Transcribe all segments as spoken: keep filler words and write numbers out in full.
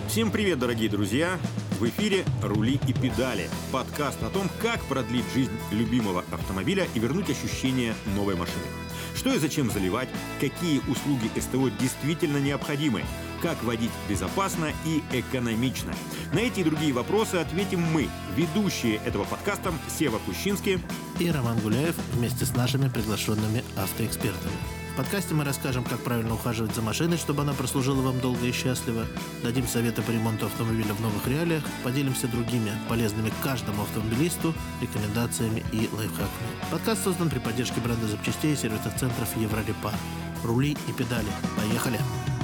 Всем привет, дорогие друзья! В эфире «Рули и педали» – подкаст о том, как продлить жизнь любимого автомобиля и вернуть ощущение новой машины. Что и зачем заливать, какие услуги СТО действительно необходимы, как водить безопасно и экономично. На эти и другие вопросы ответим мы, ведущие этого подкаста Сева Кущинский и Роман Гуляев вместе с нашими приглашенными автоэкспертами. В подкасте мы расскажем, как правильно ухаживать за машиной, чтобы она прослужила вам долго и счастливо, дадим советы по ремонту автомобиля в новых реалиях, поделимся другими полезными каждому автомобилисту рекомендациями и лайфхаками. Подкаст создан при поддержке бренда запчастей и сервисных центров Еврорепар. Рули и педали. Поехали!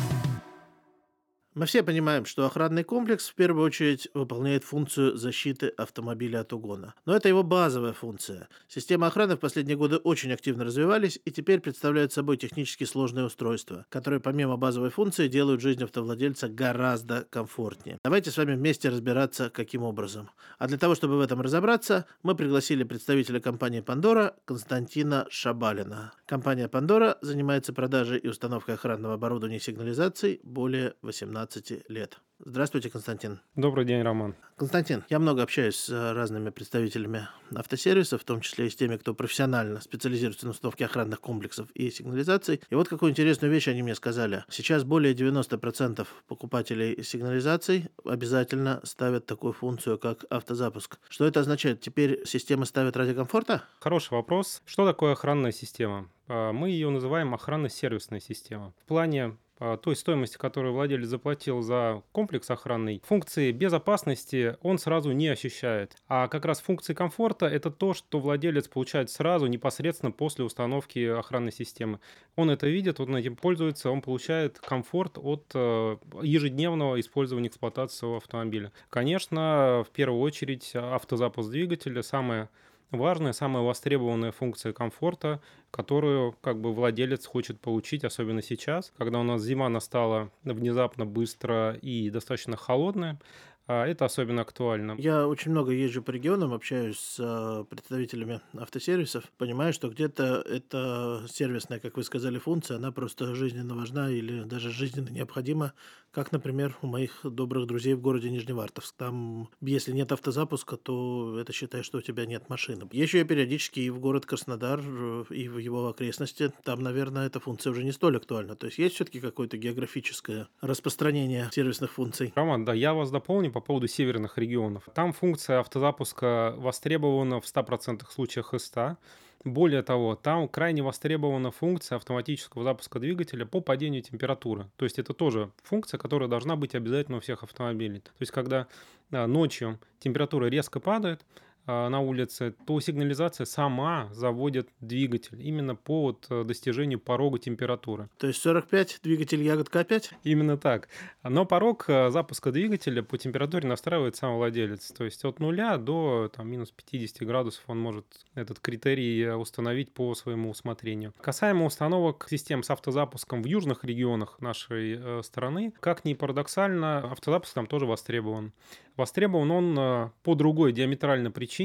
Мы все понимаем, что охранный комплекс в первую очередь выполняет функцию защиты автомобиля от угона. Но это его базовая функция. Системы охраны в последние годы очень активно развивались и теперь представляют собой технически сложные устройства, которые помимо базовой функции делают жизнь автовладельца гораздо комфортнее. Давайте с вами вместе разбираться, каким образом. А для того, чтобы в этом разобраться, мы пригласили представителя компании «Пандора» Константина Шабалина. Компания «Пандора» занимается продажей и установкой охранного оборудования и сигнализаций более восемнадцати лет. Здравствуйте, Константин. Добрый день, Роман. Константин, я много общаюсь с разными представителями автосервисов, в том числе и с теми, кто профессионально специализируется на установке охранных комплексов и сигнализаций. И вот какую интересную вещь они мне сказали. Сейчас более девяносто процентов покупателей сигнализаций обязательно ставят такую функцию, как автозапуск. Что это означает? Теперь система ставит ради комфорта? Хороший вопрос. Что такое охранная система? Мы ее называем охранно-сервисная система. В плане той стоимости, которую владелец заплатил за комплекс охранный, функции безопасности он сразу не ощущает. А как раз функции комфорта – это то, что владелец получает сразу, непосредственно после установки охранной системы. Он это видит, он этим пользуется, он получает комфорт от ежедневного использования эксплуатации своего автомобиля. Конечно, в первую очередь автозапуск двигателя – самое важная, самая востребованная функция комфорта, которую как бы владелец хочет получить, особенно сейчас, когда у нас зима настала внезапно, быстро и достаточно холодная. Это особенно актуально. Я очень много езжу по регионам, общаюсь с представителями автосервисов, понимаю, что где-то эта сервисная, как вы сказали, функция, она просто жизненно важна или даже жизненно необходима, как, например, у моих добрых друзей в городе Нижневартовск. Там, если нет автозапуска, то это считай, что у тебя нет машины. Езжу я периодически и в город Краснодар, и в его окрестности. Там, наверное, эта функция уже не столь актуальна. То есть есть все-таки какое-то географическое распространение сервисных функций? Роман, да, я вас дополню по поводу северных регионов. Там функция автозапуска востребована в ста процентах случаях из ста. Более того, там крайне востребована функция автоматического запуска двигателя по падению температуры. То есть это тоже функция, которая должна быть обязательно у всех автомобилей. То есть когда ночью температура резко падает на улице, то сигнализация сама заводит двигатель именно по вот достижению порога температуры. То есть сорок пять, двигатель ягодка опять? Именно так. Но порог запуска двигателя по температуре настраивает сам владелец. То есть от нуля до там, минус пятьдесят градусов он может этот критерий установить по своему усмотрению. Касаемо установок систем с автозапуском в южных регионах нашей страны, как ни парадоксально, автозапуск там тоже востребован. Востребован он по другой диаметральной причине,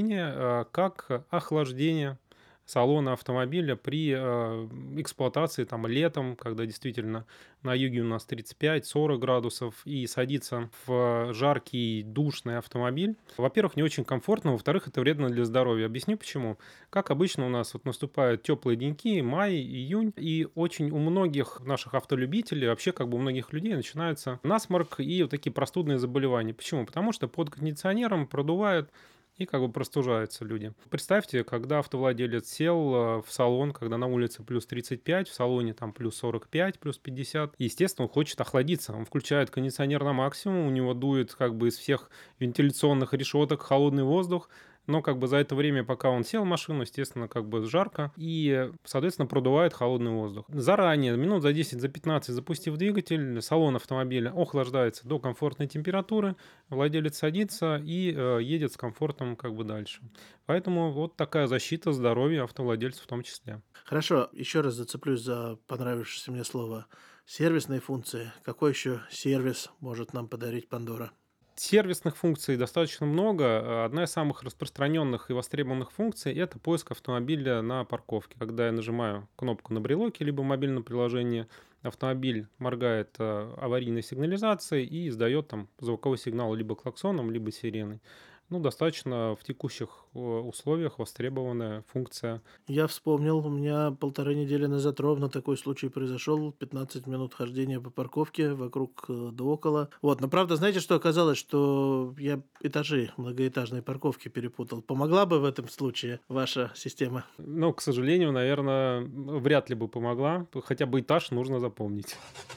как охлаждение салона автомобиля при эксплуатации там, летом, когда действительно на юге у нас тридцать пять сорок градусов и садится в жаркий душный автомобиль. Во-первых, не очень комфортно, во-вторых, это вредно для здоровья. Объясню почему. Как обычно у нас вот наступают теплые деньки, май, июнь, и очень у многих наших автолюбителей, вообще как бы у многих людей начинается насморк и вот такие простудные заболевания. Почему? Потому что под кондиционером продувает и как бы простужаются люди. Представьте, когда автовладелец сел в салон, когда на улице плюс тридцать пять, в салоне там плюс сорок пять, плюс пятьдесят. Естественно, он хочет охладиться. Он включает кондиционер на максимум, у него дует как бы из всех вентиляционных решеток холодный воздух. Но как бы за это время, пока он сел в машину, естественно, как бы жарко и, соответственно, продувает холодный воздух. Заранее, минут за десять, за пятнадцать запустив двигатель, салон автомобиля охлаждается до комфортной температуры, владелец садится и э, едет с комфортом как бы дальше. Поэтому вот такая защита здоровья автовладельцев в том числе. Хорошо, еще раз зацеплюсь за понравившееся мне слово. Сервисные функции. Какой еще сервис может нам подарить Пандора? Сервисных функций достаточно много. Одна из самых распространенных и востребованных функций — это поиск автомобиля на парковке. Когда я нажимаю кнопку на брелоке либо в мобильном приложении, автомобиль моргает э, аварийной сигнализацией и издает там звуковой сигнал либо клаксоном, либо сиреной. Ну, достаточно в текущих э, условиях востребованная функция. Я вспомнил, у меня полторы недели назад ровно такой случай произошел. пятнадцать минут хождения по парковке вокруг э, да около. Вот, но правда, знаете, что оказалось? Что я этажи многоэтажной парковки перепутал. Помогла бы в этом случае ваша система? Но, к сожалению, наверное, вряд ли бы помогла. Хотя бы этаж нужно запомнить.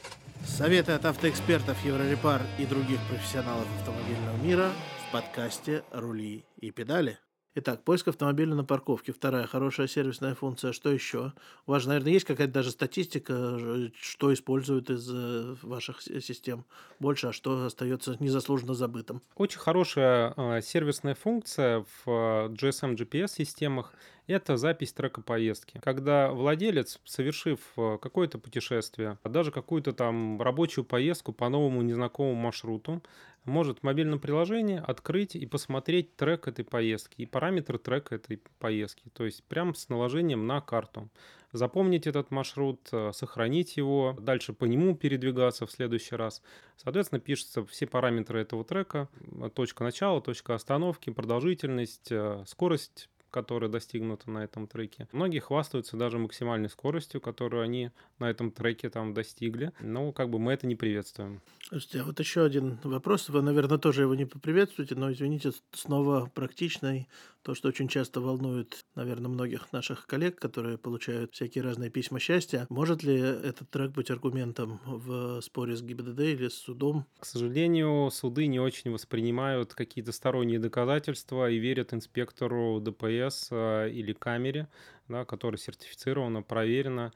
Советы от автоэкспертов Еврорепар и других профессионалов автомобильного мира в подкасте «Рули и педали». Итак, поиск автомобиля на парковке. Вторая хорошая сервисная функция. Что еще? У вас, наверное, есть какая-то даже статистика, э, что используют из э, ваших с- систем больше, а что остается незаслуженно забытым. Очень хорошая э, сервисная функция в э, джи эс эм джи пи эс-системах — это запись трека поездки. Когда владелец, совершив э, какое-то путешествие, а даже какую-то там рабочую поездку по новому незнакомому маршруту, может в мобильном приложении открыть и посмотреть трек этой поездки и параметры трека этой поездки, то есть прям с наложением на карту. Запомнить этот маршрут, э, сохранить его, дальше по нему передвигаться в следующий раз. Соответственно, пишутся все параметры этого трека: э, точка начала, точка остановки, продолжительность, э, скорость, которая достигнута на этом треке. Многие хвастаются даже максимальной скоростью, которую они на этом треке там достигли. Но как бы мы это не приветствуем. Слушайте, а вот еще один вопрос. Вы, наверное, тоже его не поприветствуете, но, извините, с- снова практичный. То, что очень часто волнует, наверное, многих наших коллег, которые получают всякие разные письма счастья. Может ли этот трек быть аргументом в споре с ГИБДД или с судом? К сожалению, суды не очень воспринимают какие-то сторонние доказательства и верят инспектору дэ пэ эс э, или камере, да, которая сертифицирована, проверена.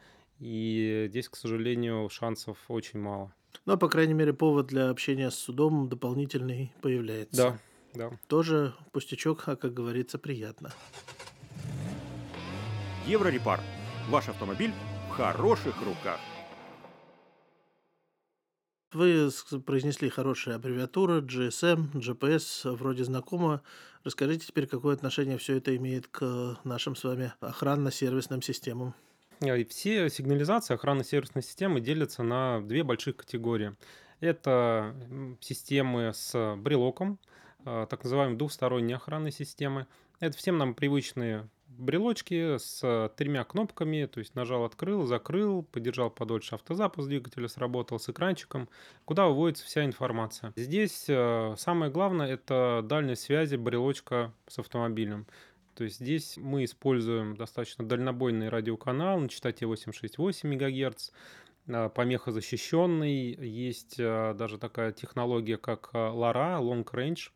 И здесь, к сожалению, шансов очень мало. Но, по крайней мере, повод для общения с судом дополнительный появляется. Да, да. Тоже пустячок, а, как говорится, приятно. Еврорепар. Ваш автомобиль в хороших руках. Вы с- произнесли хорошие аббревиатуры: джи эс эм, джи пи эс, вроде знакомо. Расскажите теперь, какое отношение все это имеет к нашим с вами охранно-сервисным системам. Э, и Все сигнализации охранно-сервисной системы делятся на две больших категории. Это м, системы с брелоком, э, так называемые двухсторонние охранные системы. Это всем нам привычные брелочки с тремя кнопками, то есть нажал, открыл, закрыл, подержал подольше, автозапуск двигателя сработал с экранчиком, куда выводится вся информация. Здесь э, самое главное — это дальность связи брелочка с автомобилем. То есть здесь мы используем достаточно дальнобойный радиоканал на частоте восемьдесят шесть целых восемь десятых мегагерца, а, помехозащищенный. Есть а, даже такая технология, как а, лара, Long Range.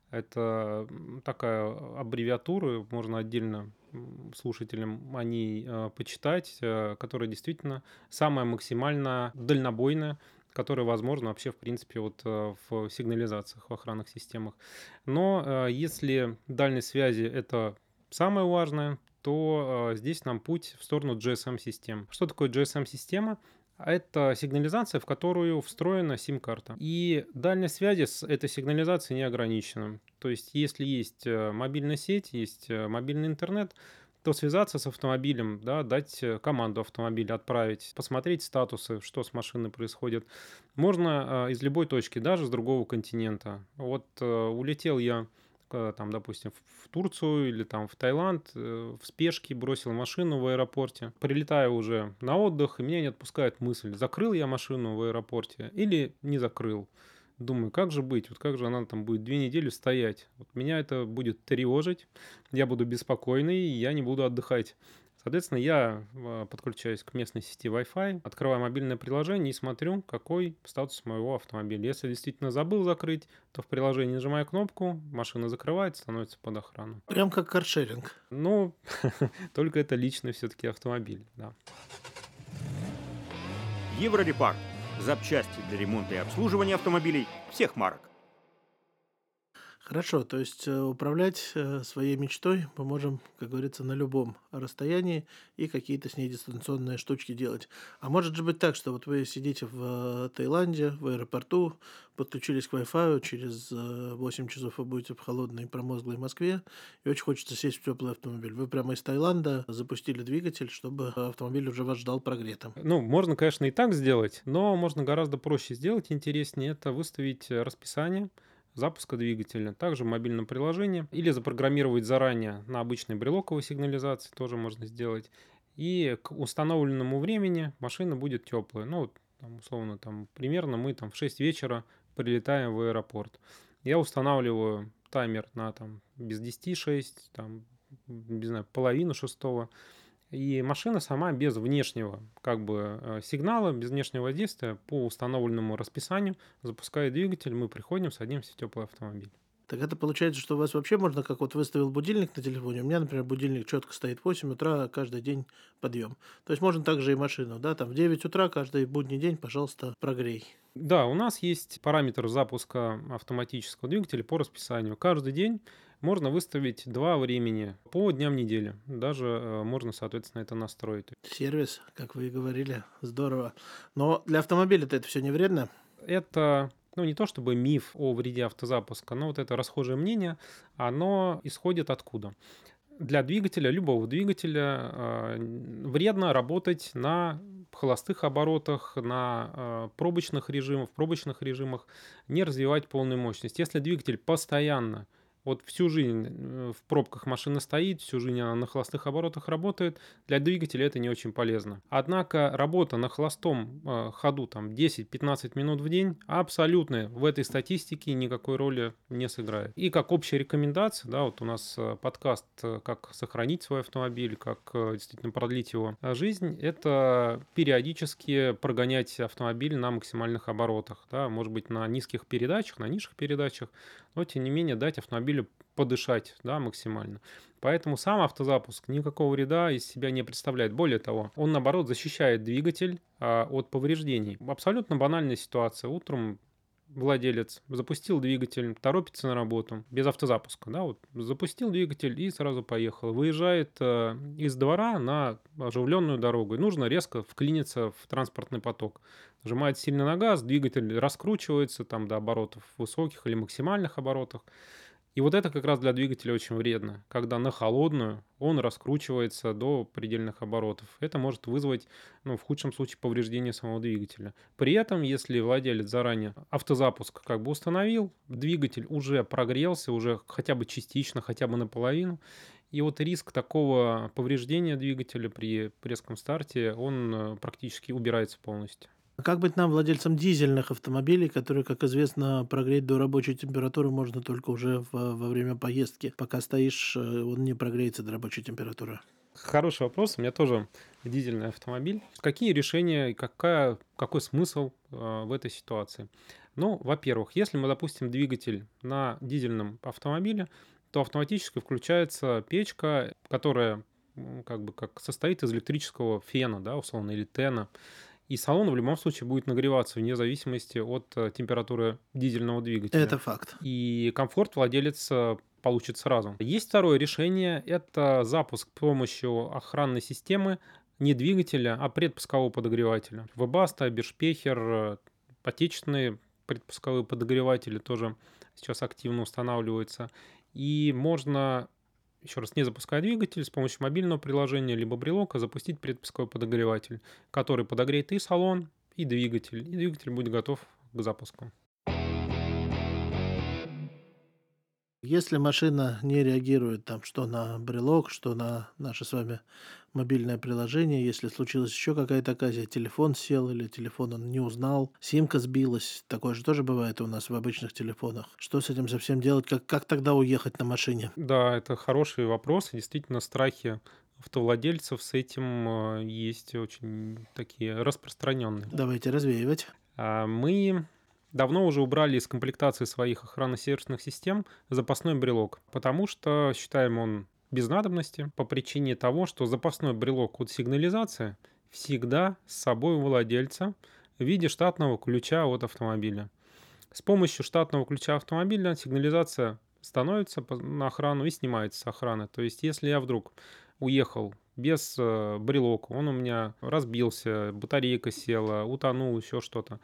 Это м, такая аббревиатура, можно отдельно м, слушателям о ней а, почитать, а, которая действительно самая максимально дальнобойная, которая возможна вообще, в принципе, вот а, в сигнализациях, в охранных системах. Но а, если дальность связи — это самое важное, то а, здесь нам путь в сторону джи эс эм-систем. Что такое джи эс эм-система? Это сигнализация, в которую встроена сим-карта. И дальность связи с этой сигнализацией не ограничена. То есть, если есть э, мобильная сеть, есть э, мобильный интернет, то связаться с автомобилем, да, дать э, команду автомобиля, отправить, посмотреть статусы, что с машиной происходит, можно э, из любой точки, даже с другого континента. Вот э, улетел я, э, там, допустим, в в Турцию или там в Таиланд, э, в спешке бросил машину в аэропорте. Прилетаю уже на отдых, и меня не отпускает мысль, закрыл я машину в аэропорте или не закрыл. Думаю, как же быть, вот как же она там будет две недели стоять. Вот меня это будет тревожить, я буду беспокойный, и я не буду отдыхать. Соответственно, я э, подключаюсь к местной сети Wi-Fi, открываю мобильное приложение и смотрю, какой статус моего автомобиля. Если действительно забыл закрыть, то в приложении нажимаю кнопку, машина закрывается, становится под охрану. Прям как каршеринг. Ну, только это личный все-таки автомобиль, да. Еврорепар. Запчасти для ремонта и обслуживания автомобилей всех марок. Хорошо, то есть э, управлять э, своей мечтой мы можем, как говорится, на любом расстоянии и какие-то с ней дистанционные штучки делать. А может же быть так, что вот вы сидите в э, Таиланде, в аэропорту, подключились к Wi-Fi, через э, восемь часов вы будете в холодной и промозглой Москве, и очень хочется сесть в теплый автомобиль. Вы прямо из Таиланда запустили двигатель, чтобы автомобиль уже вас ждал прогретым. Ну, можно, конечно, и так сделать, но можно гораздо проще сделать, интереснее. Это выставить э, расписание запуска двигателя, также в мобильном приложении, или запрограммировать заранее на обычной брелоковой сигнализации, тоже можно сделать. И к установленному времени машина будет теплая. Ну, вот, там, условно, там, примерно мы там в шесть вечера прилетаем в аэропорт. Я устанавливаю таймер на там без десяти шесть, там, не знаю, половину шестого. И машина сама без внешнего как бы э, сигнала, без внешнего воздействия по установленному расписанию запускает двигатель, мы приходим, садимся в теплый автомобиль. Так это получается, что у вас вообще можно, как вот выставил будильник на телефоне, у меня, например, будильник четко стоит в восемь утра, каждый день подъем. То есть можно также и машину, да, там в девять утра каждый будний день, пожалуйста, прогрей. Да, у нас есть параметр запуска автоматического двигателя по расписанию. Каждый день можно выставить два времени по дням недели. Даже э, можно, соответственно, это настроить. Сервис, как вы и говорили, здорово. Но для автомобиля-то это все не вредно? Это, ну, не то чтобы миф о вреде автозапуска, но вот это расхожее мнение, оно исходит откуда? Для двигателя, любого двигателя, э, вредно работать на холостых оборотах, на э, пробочных режимах, в пробочных режимах, не развивать полную мощность. Если двигатель постоянно, вот всю жизнь э, в пробках машина стоит, всю жизнь она на холостых оборотах работает, для двигателя это не очень полезно. Однако работа на холостом э, ходу там десять-пятнадцать минут в день абсолютно в этой статистике никакой роли не сыграет. И как общая рекомендация, да, вот у нас э, подкаст э, «Как сохранить свой автомобиль», как э, действительно продлить его жизнь, это периодически прогонять автомобиль на максимальных оборотах, да, может быть на низких передачах, на низших передачах, но тем не менее дать автомобилю подышать, да, максимально. Поэтому сам автозапуск никакого вреда из себя не представляет. Более того, он, наоборот, защищает двигатель а, от повреждений. Абсолютно банальная ситуация. Утром владелец запустил двигатель, торопится на работу, без автозапуска, да, вот запустил двигатель и сразу поехал. Выезжает э, из двора на оживленную дорогу, и нужно резко вклиниться в транспортный поток. Нажимает сильно на газ, двигатель раскручивается там до оборотов высоких или максимальных оборотах. И вот это как раз для двигателя очень вредно, когда на холодную он раскручивается до предельных оборотов. Это может вызвать, ну, в худшем случае, повреждение самого двигателя. При этом, если владелец заранее автозапуск как бы установил, двигатель уже прогрелся, уже хотя бы частично, хотя бы наполовину, и вот риск такого повреждения двигателя при резком старте, он практически убирается полностью. А как быть нам, владельцам дизельных автомобилей, которые, как известно, прогреть до рабочей температуры можно только уже в- во время поездки? Пока стоишь, э, он не прогреется до рабочей температуры. Хороший вопрос. У меня тоже дизельный автомобиль. Какие решения и какая, какой смысл э, в этой ситуации? Ну, во-первых, если мы запустим двигатель на дизельном автомобиле, то автоматически включается печка, которая м, как бы как состоит из электрического фена, да, условно, или тена. И салон в любом случае будет нагреваться вне зависимости от э, температуры дизельного двигателя. Это факт. И комфорт владелец э, получит сразу. Есть второе решение, это запуск с помощью охранной системы не двигателя, а предпускового подогревателя. Webasto, Бешпехер, э, отечественные предпусковые подогреватели тоже сейчас активно устанавливаются. И можно, еще раз, не запуская двигатель, с помощью мобильного приложения либо брелока запустить предпусковой подогреватель, который подогреет и салон, и двигатель. И двигатель будет готов к запуску. Если машина не реагирует там что на брелок, что на наше с вами мобильное приложение, если случилась еще какая-то оказия, телефон сел или телефон он не узнал, симка сбилась, такое же тоже бывает у нас в обычных телефонах. Что с этим совсем делать? Как, как тогда уехать на машине? Да, это хороший вопрос. Действительно, страхи автовладельцев с этим э, есть очень такие распространенные. Давайте развеивать. А Мы давно уже убрали из комплектации своих охранно-сервисных систем запасной брелок, потому что считаем он без надобности по причине того, что запасной брелок от сигнализации всегда с собой у владельца в виде штатного ключа от автомобиля. С помощью штатного ключа автомобиля сигнализация становится по- на охрану и снимается с охраны. То есть если я вдруг уехал без э, брелока, он у меня разбился, батарейка села, утонул, еще что-то,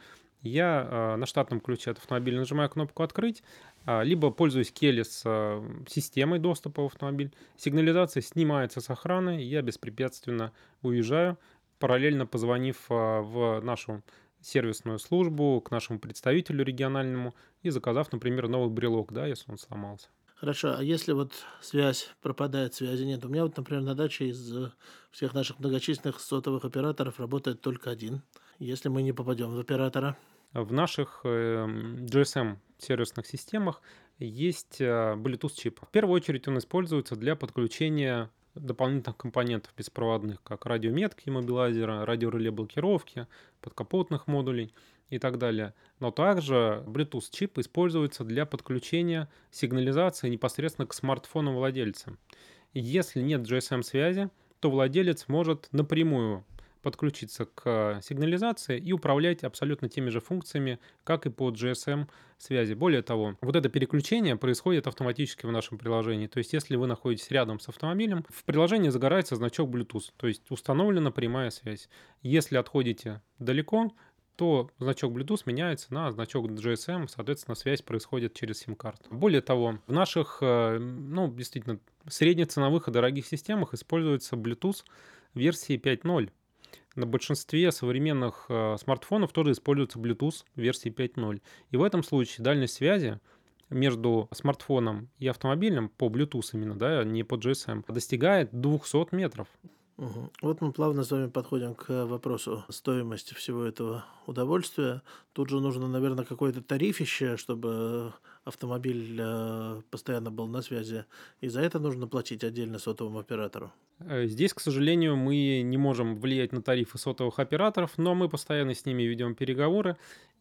я э, на штатном ключе от автомобиля нажимаю кнопку «Открыть», а, либо пользуюсь Keyless э, системой доступа в автомобиль. Сигнализация снимается с охраны, и я беспрепятственно уезжаю, параллельно позвонив а, в нашу сервисную службу, к нашему представителю региональному и заказав, например, новый брелок, да, если он сломался. Хорошо, а если вот связь пропадает, связи нет? У меня вот, например, на даче из э, всех наших многочисленных сотовых операторов работает только один. Если мы не попадем в оператора, В наших эм, джи эс эм-сервисных системах есть э, Bluetooth-чип. В первую очередь он используется для подключения дополнительных компонентов беспроводных, как радиометки, иммобилайзера, радиореле блокировки, подкапотных модулей и так далее. Но также Bluetooth-чип используется для подключения сигнализации непосредственно к смартфону владельца. И если нет джи эс эм-связи, то владелец может напрямую подключиться к сигнализации и управлять абсолютно теми же функциями, как и по джи эс эм-связи. Более того, вот это переключение происходит автоматически в нашем приложении. То есть, если вы находитесь рядом с автомобилем, в приложении загорается значок Bluetooth, то есть установлена прямая связь. Если отходите далеко, то значок Bluetooth меняется на значок джи эс эм, соответственно, связь происходит через сим-карту. Более того, в наших, э, ну, действительно, среднеценовых и дорогих системах используется Bluetooth версии пять ноль. На большинстве современных э, смартфонов тоже используется Bluetooth версии пять ноль. И в этом случае дальность связи между смартфоном и автомобилем по Bluetooth именно, да, не по джи эс эм, достигает двухсот метров. Мгм. Вот мы плавно с вами подходим к вопросу стоимости всего этого удовольствия. Тут же нужно, наверное, какое-то тарифище, чтобы автомобиль э, постоянно был на связи. И за это нужно платить отдельно сотовому оператору. Э, Здесь, к сожалению, мы не можем влиять на тарифы сотовых операторов, но мы постоянно с ними ведем переговоры.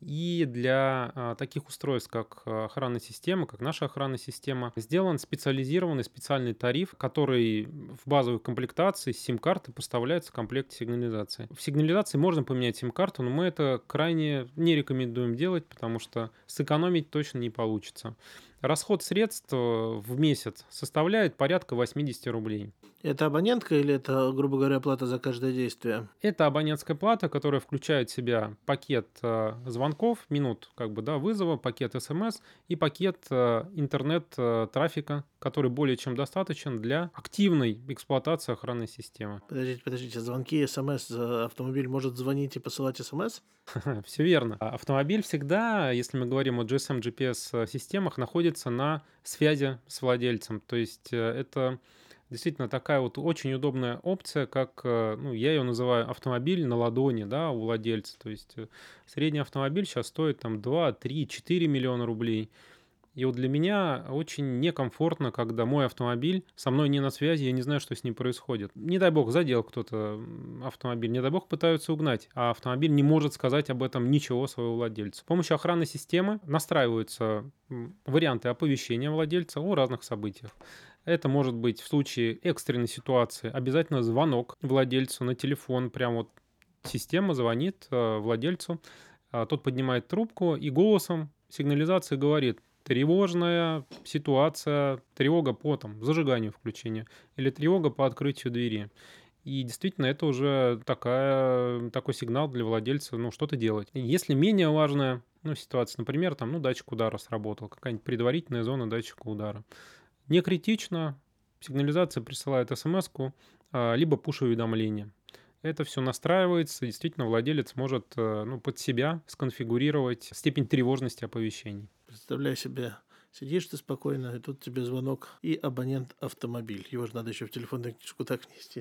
И для а, таких устройств, как а, охранная система, как наша охранная система, сделан специализированный специальный тариф, который в базовой комплектации с сим-карты поставляется в комплекте сигнализации. В сигнализации можно поменять сим-карту, но мы это крайне не рекомендуем делать, потому что сэкономить точно не получится. Расход средств э, в месяц составляет порядка восемьдесят рублей. Это абонентка или это, грубо говоря, плата за каждое действие? Это абонентская плата, которая включает в себя пакет э, звонков, минут как бы, да, вызова, пакет смс и пакет э, интернет-трафика, который более чем достаточен для активной эксплуатации охранной системы. Подождите, подождите, звонки, смс, э, автомобиль может звонить и посылать смс? Все верно. А Автомобиль всегда, если мы говорим о джи эс эм, джи пи эс-системах, находится на связи с владельцем. То есть э, это действительно такая вот очень удобная опция, как, э, ну, я ее называю автомобиль на ладони, да, у владельца. То есть э, средний автомобиль сейчас стоит там два, три, четыре миллиона рублей. И вот для меня очень некомфортно, когда мой автомобиль со мной не на связи, я не знаю, что с ним происходит. Не дай бог, задел кто-то м, автомобиль, не дай бог пытаются угнать, а автомобиль не может сказать об этом ничего своего владельцу. С помощью охранной системы настраиваются м, варианты оповещения владельца о разных событиях. Это может быть в случае экстренной ситуации обязательно звонок владельцу на телефон, прям вот система звонит э, владельцу, а тот поднимает трубку и голосом сигнализации говорит: тревожная ситуация, тревога по там, зажиганию включения или тревога по открытию двери. И действительно, это уже такая, такой сигнал для владельца, ну, что-то делать. И если менее важная, ну, ситуация, например, там, ну, датчик удара сработал, какая-нибудь предварительная зона датчика удара. Не критично, сигнализация присылает смс-ку, а, либо пуш-уведомление. Это все настраивается, и действительно владелец может э, ну, под себя сконфигурировать степень тревожности оповещений. Представляй себе, сидишь ты спокойно, и тут тебе звонок, и абонент автомобиль. Его же надо еще в телефонную книжку так нести.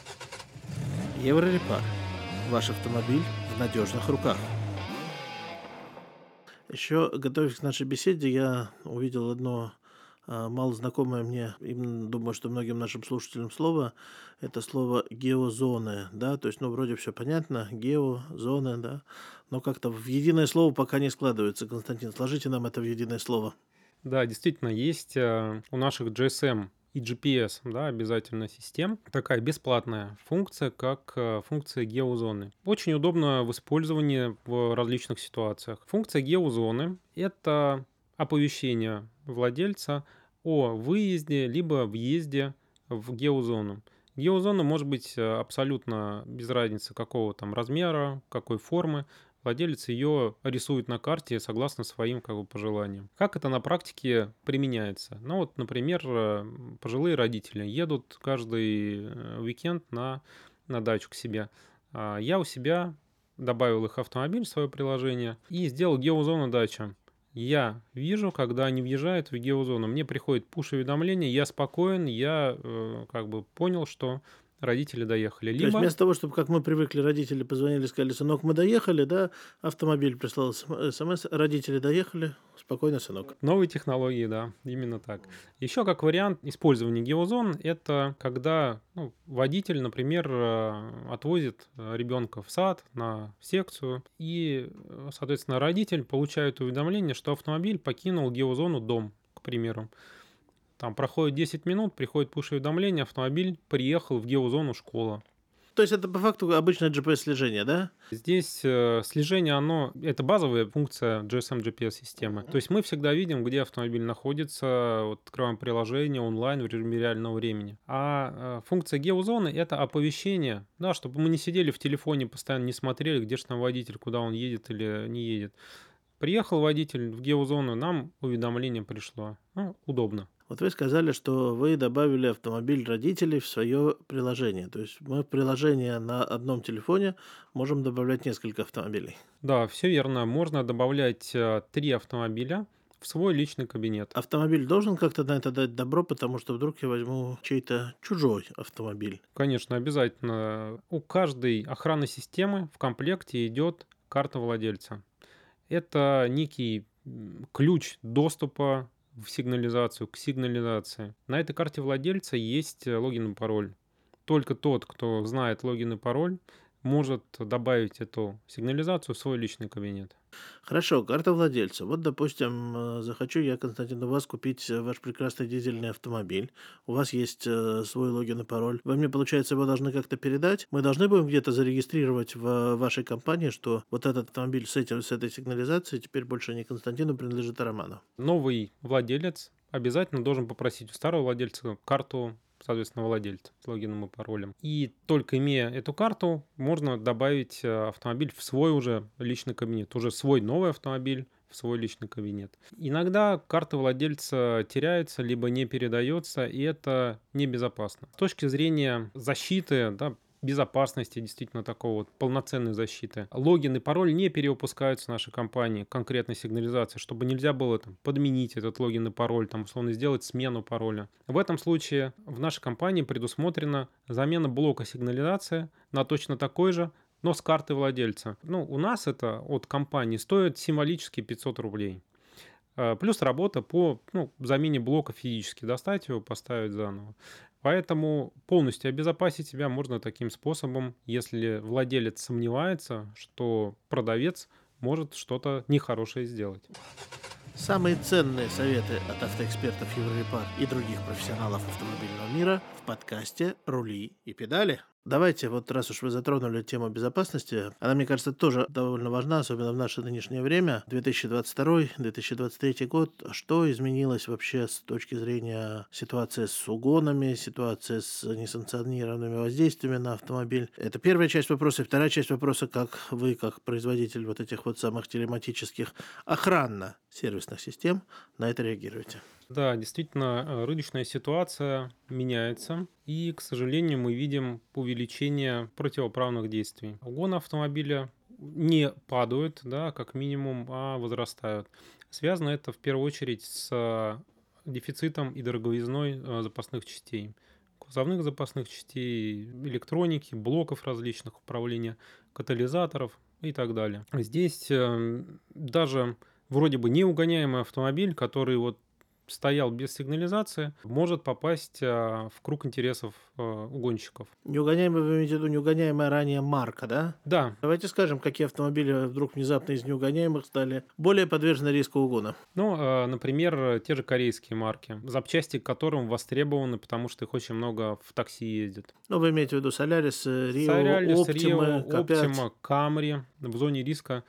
Еврорепар. Ваш автомобиль в надежных руках. Еще, готовясь к нашей беседе, я увидел одно а, малознакомое мне, именно думаю, что многим нашим слушателям слово, это слово геозоны, да, то есть, ну, вроде все понятно, гео, зоны, да, но как-то в единое слово пока не складывается. Константин, сложите нам это в единое слово. Да, действительно, есть э, у наших джи эс эм и джи пи эс, да, обязательно систем, такая бесплатная функция, как э, функция геозоны. Очень удобно в использовании в различных ситуациях. Функция геозоны — это оповещение владельца о выезде либо въезде в геозону. Геозона может быть э, абсолютно без разницы какого там размера, какой формы. Владелец ее рисует на карте согласно своим как бы, пожеланиям. Как это на практике применяется? Ну вот, например, э, пожилые родители едут каждый э, уикенд на, на дачу к себе. А Я у себя добавил их автомобиль в свое приложение и сделал геозону дача. Я вижу, когда они въезжают в геозону, мне приходит пуш-уведомление, я спокоен, я э, как бы понял, что родители доехали. То есть Либо вместо того, чтобы, как мы привыкли, родители позвонили, сказали, сынок, мы доехали, да, автомобиль прислал смс, родители доехали, спокойно, сынок. новые технологии, да, именно так. Еще как вариант использования геозон, это когда ну, водитель, например, э, отвозит э, ребенка в сад, на секцию, и, э, соответственно, родитель получает уведомление, что автомобиль покинул геозону дом, к примеру. Там проходит десять минут, приходит пуш-уведомление, автомобиль приехал в геозону школа. То есть это по факту обычное джи пи эс-слежение, да? Здесь э, слежение, оно, это базовая функция джи эс эм джи пи эс-системы. То есть мы всегда видим, где автомобиль находится, вот, открываем приложение онлайн в режиме реального времени. А э, функция геозоны — это оповещение, да, чтобы мы не сидели в телефоне, постоянно не смотрели, где же там водитель, куда он едет или не едет. Приехал водитель в геозону, нам уведомление пришло. Ну, удобно. Вот вы сказали, что вы добавили автомобиль родителей в свое приложение. То есть мы в приложение на одном телефоне можем добавлять несколько автомобилей. Да, все верно. Можно добавлять э, три автомобиля в свой личный кабинет. Автомобиль должен как-то на это дать добро, потому что вдруг я возьму чей-то чужой автомобиль. Конечно, обязательно. У каждой охранной системы в комплекте идет карта владельца. Это некий м, ключ доступа в сигнализацию, к сигнализации. На этой карте владельца есть э, логин и пароль. Только тот, кто знает логин и пароль, может добавить эту сигнализацию в свой личный кабинет. Хорошо, карта владельца. Вот, допустим, э, захочу я, Константин, у вас купить э, ваш прекрасный дизельный автомобиль. У вас есть э, свой логин и пароль. Вы мне, получается, его должны как-то передать. Мы должны будем где-то зарегистрировать в э, вашей компании, что вот этот автомобиль с, этим, с этой сигнализацией теперь больше не Константину, принадлежит, а Роману. Новый владелец обязательно должен попросить у старого владельца карту, соответственно, владельца с логином и паролем. И только имея эту карту, можно добавить э, автомобиль в свой уже личный кабинет, уже свой новый автомобиль в свой личный кабинет. Иногда карта владельца теряется, либо не передается, и это небезопасно. С точки зрения защиты, да, безопасности, действительно такого вот полноценной защиты. Логин и пароль не перевыпускаются в нашей компании, конкретной сигнализации, чтобы нельзя было там, подменить этот логин и пароль, там, условно сделать смену пароля. В этом случае в нашей компании предусмотрена замена блока сигнализации на точно такой же, но с карты владельца. Ну, у нас это от компании стоит символически пятьсот рублей. Плюс работа по ну, замене блока физически, достать его, поставить заново. Поэтому полностью обезопасить себя можно таким способом, если владелец сомневается, что продавец может что-то нехорошее сделать. Самые ценные советы от автоэкспертов Еврорепар и других профессионалов автомобильного мира в подкасте «Рули и педали». Давайте, вот раз уж вы затронули тему безопасности, она, мне кажется, тоже довольно важна, особенно в наше нынешнее время, две тысячи двадцать второй — две тысячи двадцать третий год. Что изменилось вообще с точки зрения ситуации с угонами, ситуации с несанкционированными воздействиями на автомобиль? Это первая часть вопроса. И вторая часть вопроса, как вы, как производитель вот этих вот самых телематических охранно-сервисных систем, на это реагируете? Да, действительно, рыночная ситуация меняется, и, к сожалению, мы видим увеличение противоправных действий. Угоны автомобиля не падают, да, как минимум, а возрастают. Связано это в первую очередь с дефицитом и дороговизной запасных частей. Кузовных запасных частей, электроники, блоков различных управления, катализаторов и так далее. Здесь даже вроде бы неугоняемый автомобиль, который вот стоял без сигнализации, может попасть а, в круг интересов а, угонщиков. Неугоняемая, вы имеете в виду неугоняемая ранее марка, да? Да. Давайте скажем, какие автомобили вдруг внезапно из неугоняемых стали более подвержены риску угона. Ну, а, например, те же корейские марки, запчасти к которым востребованы, потому что их очень много в такси ездит. Ну, вы имеете в виду Солярис, Рио, Солярис, Оптима, Рио, Оптима, Камри. В зоне риска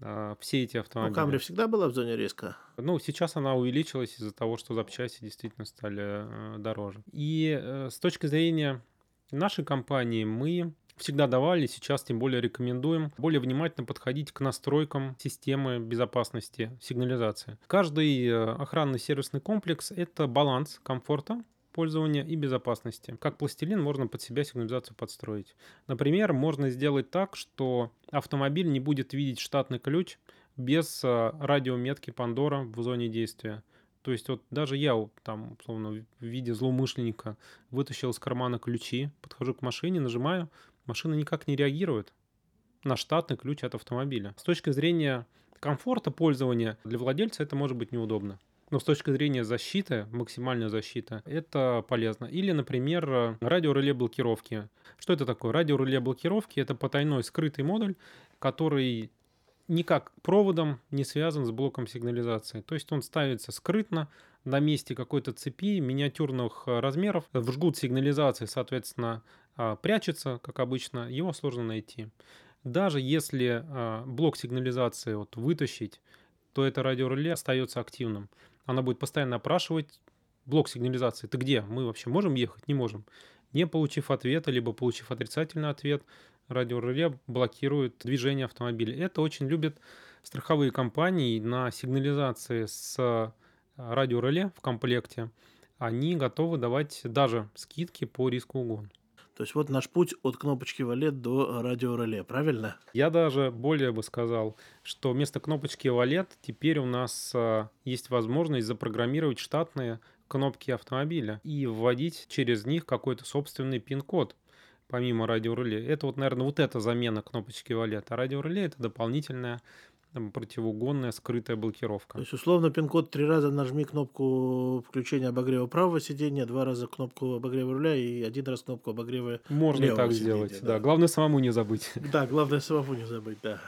а, все эти Ну, Камри автомобили. всегда была в зоне риска. Ну, сейчас она увеличилась из-за того, что запчасти действительно стали э, дороже. И э, с точки зрения нашей компании мы всегда давали, сейчас тем более рекомендуем, более внимательно подходить к настройкам системы безопасности сигнализации. Каждый э, охранный сервисный комплекс — это баланс комфорта пользования и безопасности. Как пластилин можно под себя сигнализацию подстроить. Например, можно сделать так, что автомобиль не будет видеть штатный ключ без а, радиометки Пандора в зоне действия. То есть вот даже я вот там, условно, в виде злоумышленника вытащил из кармана ключи, подхожу к машине, нажимаю, машина никак не реагирует на штатный ключ от автомобиля. С точки зрения комфорта пользования для владельца это может быть неудобно. Но с точки зрения защиты, максимальной защиты, это полезно. Или, например, радиореле блокировки. Что это такое? Радиореле блокировки — это потайной скрытый модуль, который никак проводом не связан с блоком сигнализации. То есть он ставится скрытно на месте какой-то цепи миниатюрных а, размеров. В жгут сигнализации, соответственно, а, прячется, как обычно, его сложно найти. Даже если а, блок сигнализации вот вытащить, то это радиореле остается активным. Она будет постоянно опрашивать блок сигнализации. Ты где? Мы вообще можем ехать? Не можем. Не получив ответа, либо получив отрицательный ответ, радиореле блокирует движение автомобиля. Это очень любят страховые компании на сигнализации с радиореле в комплекте. Они готовы давать даже скидки по риску угона. То есть вот наш путь от кнопочки валет до радиореле, правильно? Я даже более бы сказал, что вместо кнопочки валет теперь у нас а, есть возможность запрограммировать штатные кнопки автомобиля и вводить через них какой-то собственный пин-код, помимо радиореле. Это вот, наверное, вот эта замена кнопочки валет. А радиореле — это дополнительная там, противоугонная скрытая блокировка. То есть, условно, пин-код три раза нажми кнопку включения обогрева правого сиденья, два раза кнопку обогрева руля и один раз кнопку обогрева Можно и левого так сиденья, сделать. да. Да, главное самому не забыть. Да, главное самому не забыть, да.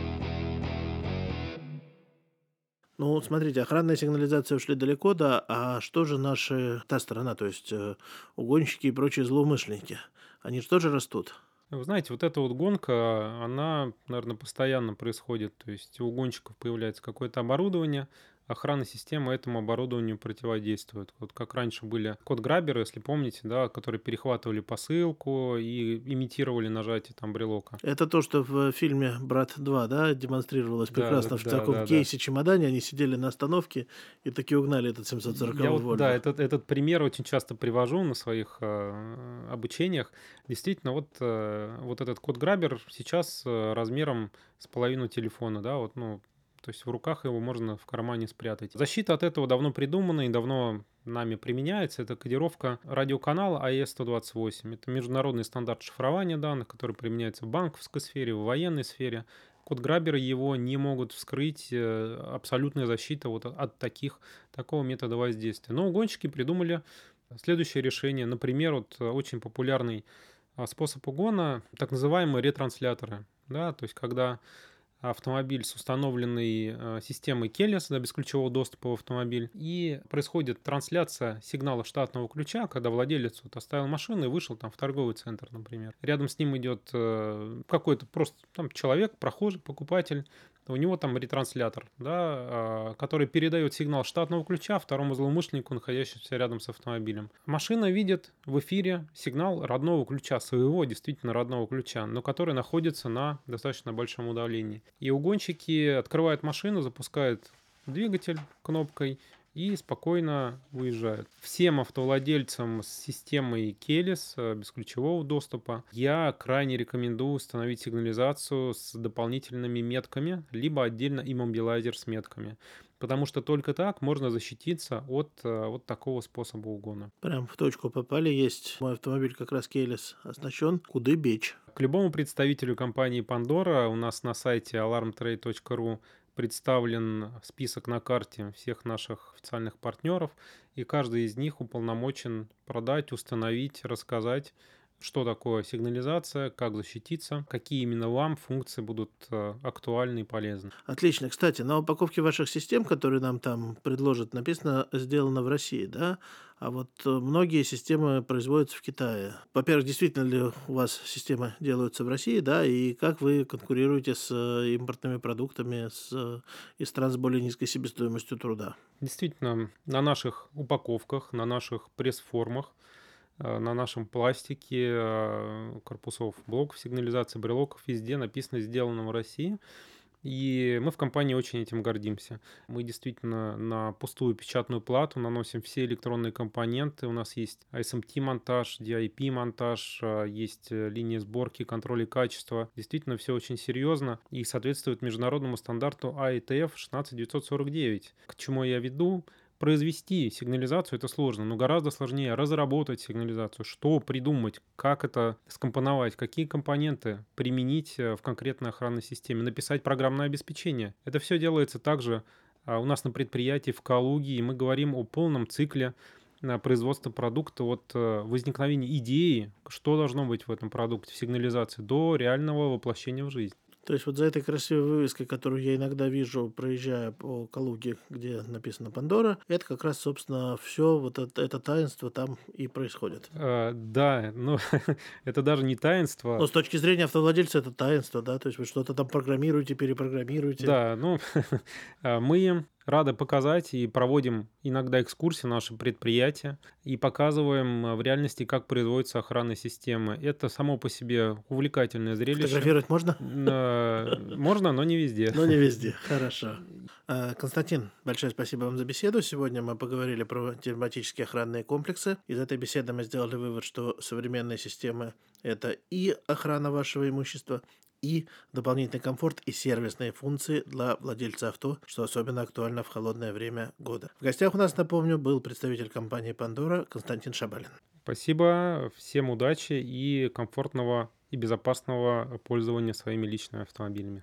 Ну, смотрите, охранная сигнализация ушли далеко, да, а что же наша та сторона, то есть э, угонщики и прочие злоумышленники? Они же тоже растут. Вы знаете, вот эта вот гонка, она, наверное, постоянно происходит. То есть у гонщиков появляется какое-то оборудование, охранная система этому оборудованию противодействует. Вот как раньше были код-граберы, если помните, да, которые перехватывали посылку и имитировали нажатие там брелока. Это то, что в фильме «Брат два», да, демонстрировалось Да, прекрасно в да, таком да, да. кейсе-чемодане. Они сидели на остановке и таки угнали этот семьсот сороковой Я вот, Volvo. да, этот, этот пример очень часто привожу на своих э, обучениях. Действительно, вот, э, вот этот код-грабер сейчас э, размером с половину телефона, да, вот, ну, то есть в руках его можно в кармане спрятать. Защита от этого давно придумана и давно нами применяется. Это кодировка радиоканала эй и эс сто двадцать восемь. Это международный стандарт шифрования данных, который применяется в банковской сфере, в военной сфере. Код-граберы его не могут вскрыть, э, абсолютная защита вот от, от таких, такого метода воздействия. Но угонщики придумали следующее решение. Например, вот э, очень популярный а, способ угона, так называемые ретрансляторы. Да, то есть когда автомобиль с установленной э, системой Keyless, да, без ключевого доступа в автомобиль, и происходит трансляция сигнала штатного ключа, когда владелец вот оставил машину и вышел там в торговый центр, например. Рядом с ним идет э, какой-то просто там человек, прохожий, покупатель, у него там ретранслятор, да, э, который передает сигнал штатного ключа второму злоумышленнику, находящемуся рядом с автомобилем. Машина видит в эфире сигнал родного ключа, своего действительно родного ключа, но который находится на достаточно большом удалении. И угонщики открывают машину, запускают двигатель кнопкой и спокойно уезжают. Всем автовладельцам с системой Keyless без ключевого доступа я крайне рекомендую установить сигнализацию с дополнительными метками, либо отдельно иммобилайзер с метками. Потому что только так можно защититься от вот такого способа угона. Прям в точку попали. Есть мой автомобиль как раз Keyless оснащен. Куды бечь? К любому представителю компании Pandora у нас на сайте alarm trade точка ru представлен список на карте всех наших официальных партнеров, и каждый из них уполномочен продать, установить, рассказать что такое сигнализация, как защититься, какие именно вам функции будут э, актуальны и полезны. Отлично. Кстати, на упаковке ваших систем, которые нам там предложат, написано «сделано в России», да? А вот э, многие системы производятся в Китае. Во-первых, действительно ли у вас системы делаются в России, да? И как вы конкурируете с э, импортными продуктами с, э, из стран с более низкой себестоимостью труда? Действительно, на наших упаковках, на наших пресс-формах, э, на нашем пластике, э, корпусов блоков сигнализации, брелоков, везде написано «сделано в России». И мы в компании очень этим гордимся. Мы действительно на пустую печатную плату наносим все электронные компоненты. У нас есть эс эм ти-монтаж, ди ай пи-монтаж, есть линии сборки, контроля качества. Действительно, все очень серьезно и соответствует международному стандарту ай и ти эф шестнадцать девятьсот сорок девять. К чему я веду? Произвести сигнализацию — это сложно, но гораздо сложнее разработать сигнализацию, что придумать, как это скомпоновать, какие компоненты применить в конкретной охранной системе, написать программное обеспечение. Это все делается также у нас на предприятии в Калуге, и мы говорим о полном цикле производства продукта от возникновения идеи, что должно быть в этом продукте, в сигнализации, до реального воплощения в жизнь. То есть вот за этой красивой вывеской, которую я иногда вижу, проезжая по Калуге, где написано «Пандора», это как раз, собственно, все вот это, это таинство там и происходит. А, да, но это даже не таинство. Но с точки зрения автовладельца это таинство, да? То есть вы что-то там программируете, перепрограммируете. Да, ну, мы рады показать и проводим иногда экскурсии на наши предприятия и показываем в реальности, как производятся охранные системы. Это само по себе увлекательное зрелище. Фотографировать можно? Можно, но не везде. Но не везде, хорошо. Константин, большое спасибо вам за беседу. Сегодня мы поговорили про тематические охранные комплексы. Из этой беседы мы сделали вывод, что современные системы – это и охрана вашего имущества, и дополнительный комфорт и сервисные функции для владельца авто, что особенно актуально в холодное время года. В гостях у нас, напомню, был представитель компании «Пандора» Константин Шабалин. Спасибо, всем удачи и комфортного и безопасного пользования своими личными автомобилями.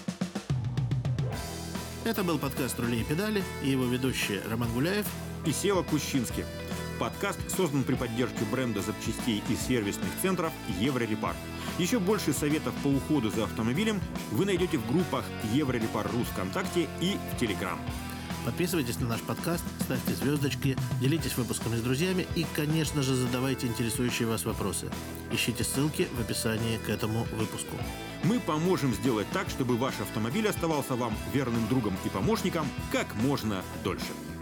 Это был подкаст «Рули и педали» и его ведущие Роман Гуляев и Сева Кущинский. Подкаст создан при поддержке бренда запчастей и сервисных центров «Еврорепар». Еще больше советов по уходу за автомобилем вы найдете в группах «Еврорепар.ру» ВКонтакте и в Телеграм. Подписывайтесь на наш подкаст, ставьте звездочки, делитесь выпусками с друзьями и, конечно же, задавайте интересующие вас вопросы. Ищите ссылки в описании к этому выпуску. Мы поможем сделать так, чтобы ваш автомобиль оставался вам верным другом и помощником как можно дольше.